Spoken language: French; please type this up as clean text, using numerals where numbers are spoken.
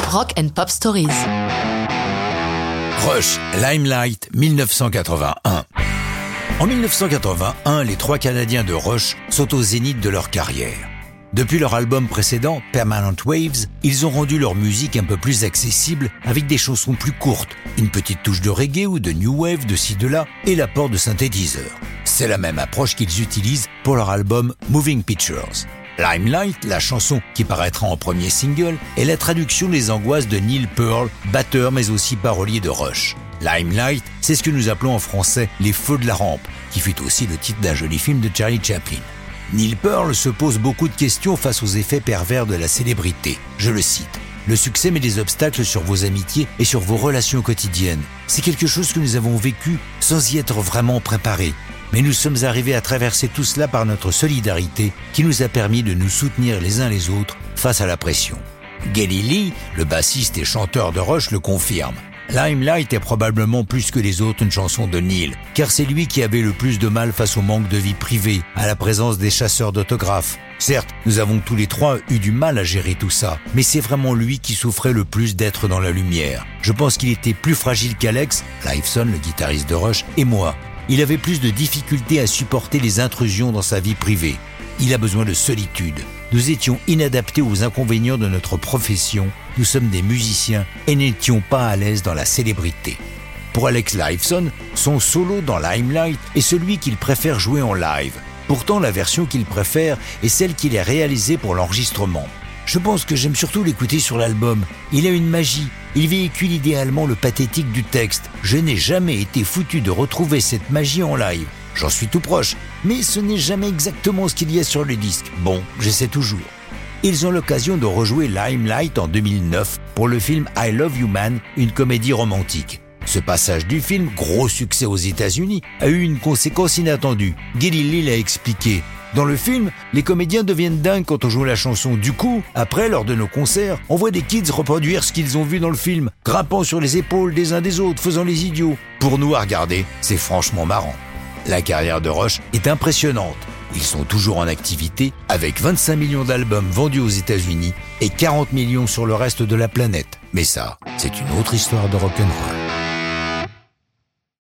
Rock and Pop Stories. Rush, Limelight, 1981. En 1981, les trois Canadiens de Rush sont au zénith de leur carrière. Depuis leur album précédent, Permanent Waves, ils ont rendu leur musique un peu plus accessible avec des chansons plus courtes, une petite touche de reggae ou de new wave de ci de là et l'apport de synthétiseurs. C'est la même approche qu'ils utilisent pour leur album Moving Pictures. Limelight, la chanson qui paraîtra en premier single, est la traduction des angoisses de Neil Peart, batteur mais aussi parolier de Rush. Limelight, c'est ce que nous appelons en français les feux de la rampe, qui fut aussi le titre d'un joli film de Charlie Chaplin. Neil Peart se pose beaucoup de questions face aux effets pervers de la célébrité. Je le cite. Le succès met des obstacles sur vos amitiés et sur vos relations quotidiennes. C'est quelque chose que nous avons vécu sans y être vraiment préparés. Mais nous sommes arrivés à traverser tout cela par notre solidarité qui nous a permis de nous soutenir les uns les autres face à la pression. Geddy Lee, le bassiste et chanteur de Rush, le confirme. Limelight est probablement plus que les autres une chanson de Neil, car c'est lui qui avait le plus de mal face au manque de vie privée, à la présence des chasseurs d'autographes. Certes, nous avons tous les trois eu du mal à gérer tout ça, mais c'est vraiment lui qui souffrait le plus d'être dans la lumière. Je pense qu'il était plus fragile qu'Alex, Lifeson, le guitariste de Rush, et moi. Il avait plus de difficultés à supporter les intrusions dans sa vie privée. Il a besoin de solitude. Nous étions inadaptés aux inconvénients de notre profession. Nous sommes des musiciens et n'étions pas à l'aise dans la célébrité. Pour Alex Lifeson, son solo dans Limelight est celui qu'il préfère jouer en live. Pourtant, la version qu'il préfère est celle qu'il a réalisée pour l'enregistrement. Je pense que j'aime surtout l'écouter sur l'album. Il a une magie. Il véhicule idéalement le pathétique du texte. Je n'ai jamais été foutu de retrouver cette magie en live. J'en suis tout proche, mais ce n'est jamais exactement ce qu'il y a sur le disque. Bon, j'essaie toujours. Ils ont l'occasion de rejouer Limelight en 2009 pour le film I Love You Man, une comédie romantique. Ce passage du film, gros succès aux États-Unis, a eu une conséquence inattendue. Geddy Lee l'a expliqué. Dans le film, les comédiens deviennent dingues quand on joue la chanson. Du coup, après, lors de nos concerts, on voit des kids reproduire ce qu'ils ont vu dans le film, grimpant sur les épaules des uns des autres, faisant les idiots. Pour nous, à regarder, c'est franchement marrant. La carrière de Rush est impressionnante. Ils sont toujours en activité, avec 25 millions d'albums vendus aux États-Unis et 40 millions sur le reste de la planète. Mais ça, c'est une autre histoire de rock'n'roll.